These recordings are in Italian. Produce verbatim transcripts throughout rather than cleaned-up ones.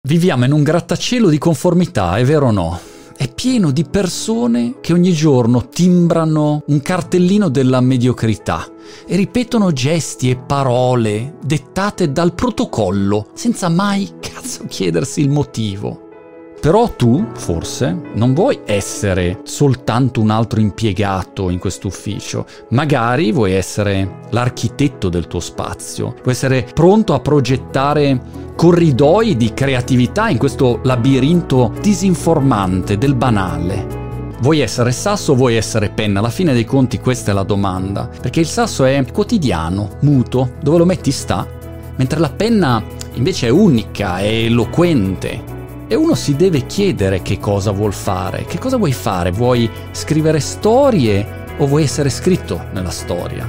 Viviamo in un grattacielo di conformità, è vero o no? È pieno di persone che ogni giorno timbrano un cartellino della mediocrità e ripetono gesti e parole dettate dal protocollo, senza mai cazzo chiedersi il motivo. Però tu, forse, non vuoi essere soltanto un altro impiegato in questo ufficio. Magari vuoi essere l'architetto del tuo spazio. Vuoi essere pronto a progettare corridoi di creatività in questo labirinto disinformante del banale. Vuoi essere sasso o vuoi essere penna? Alla fine dei conti questa è la domanda. Perché il sasso è quotidiano, muto, dove lo metti sta, mentre la penna invece è unica, è eloquente. E uno si deve chiedere che cosa vuol fare. Che cosa vuoi fare? Vuoi scrivere storie o vuoi essere scritto nella storia?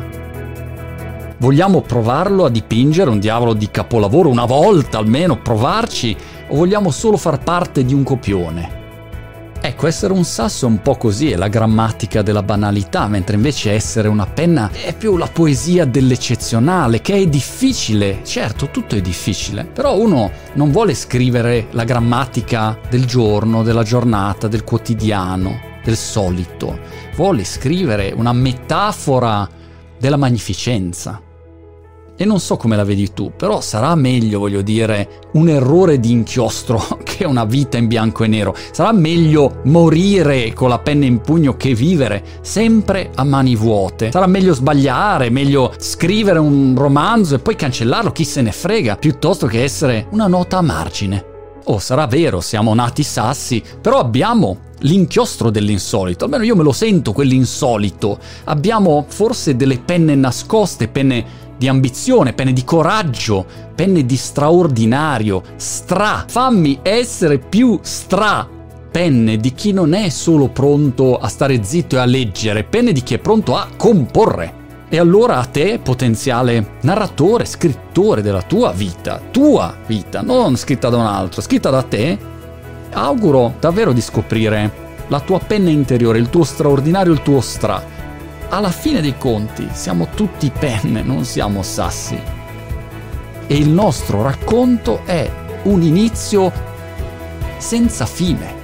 Vogliamo provarlo a dipingere un diavolo di capolavoro una volta almeno, provarci, o vogliamo solo far parte di un copione? Ecco, essere un sasso è un po' così, è la grammatica della banalità, mentre invece essere una penna è più la poesia dell'eccezionale, che è difficile. Certo, tutto è difficile, però uno non vuole scrivere la grammatica del giorno, della giornata, del quotidiano, del solito. Vuole scrivere una metafora della magnificenza. E non so come la vedi tu, però sarà meglio, voglio dire, un errore di inchiostro che una vita in bianco e nero. Sarà meglio morire con la penna in pugno che vivere sempre a mani vuote. Sarà meglio sbagliare, meglio scrivere un romanzo e poi cancellarlo, chi se ne frega, piuttosto che essere una nota a margine. Oh, sarà vero, siamo nati sassi, però abbiamo l'inchiostro dell'insolito, almeno io me lo sento quell'insolito. Abbiamo forse delle penne nascoste, penne di ambizione, penne di coraggio, penne di straordinario, stra. Fammi essere più stra. Penne di chi non è solo pronto a stare zitto e a leggere, penne di chi è pronto a comporre. E allora a te, potenziale narratore, scrittore della tua vita, tua vita, non scritta da un altro, scritta da te, auguro davvero di scoprire la tua penna interiore, il tuo straordinario, il tuo stra. Alla fine dei conti siamo tutti penne, non siamo sassi. E il nostro racconto è un inizio senza fine.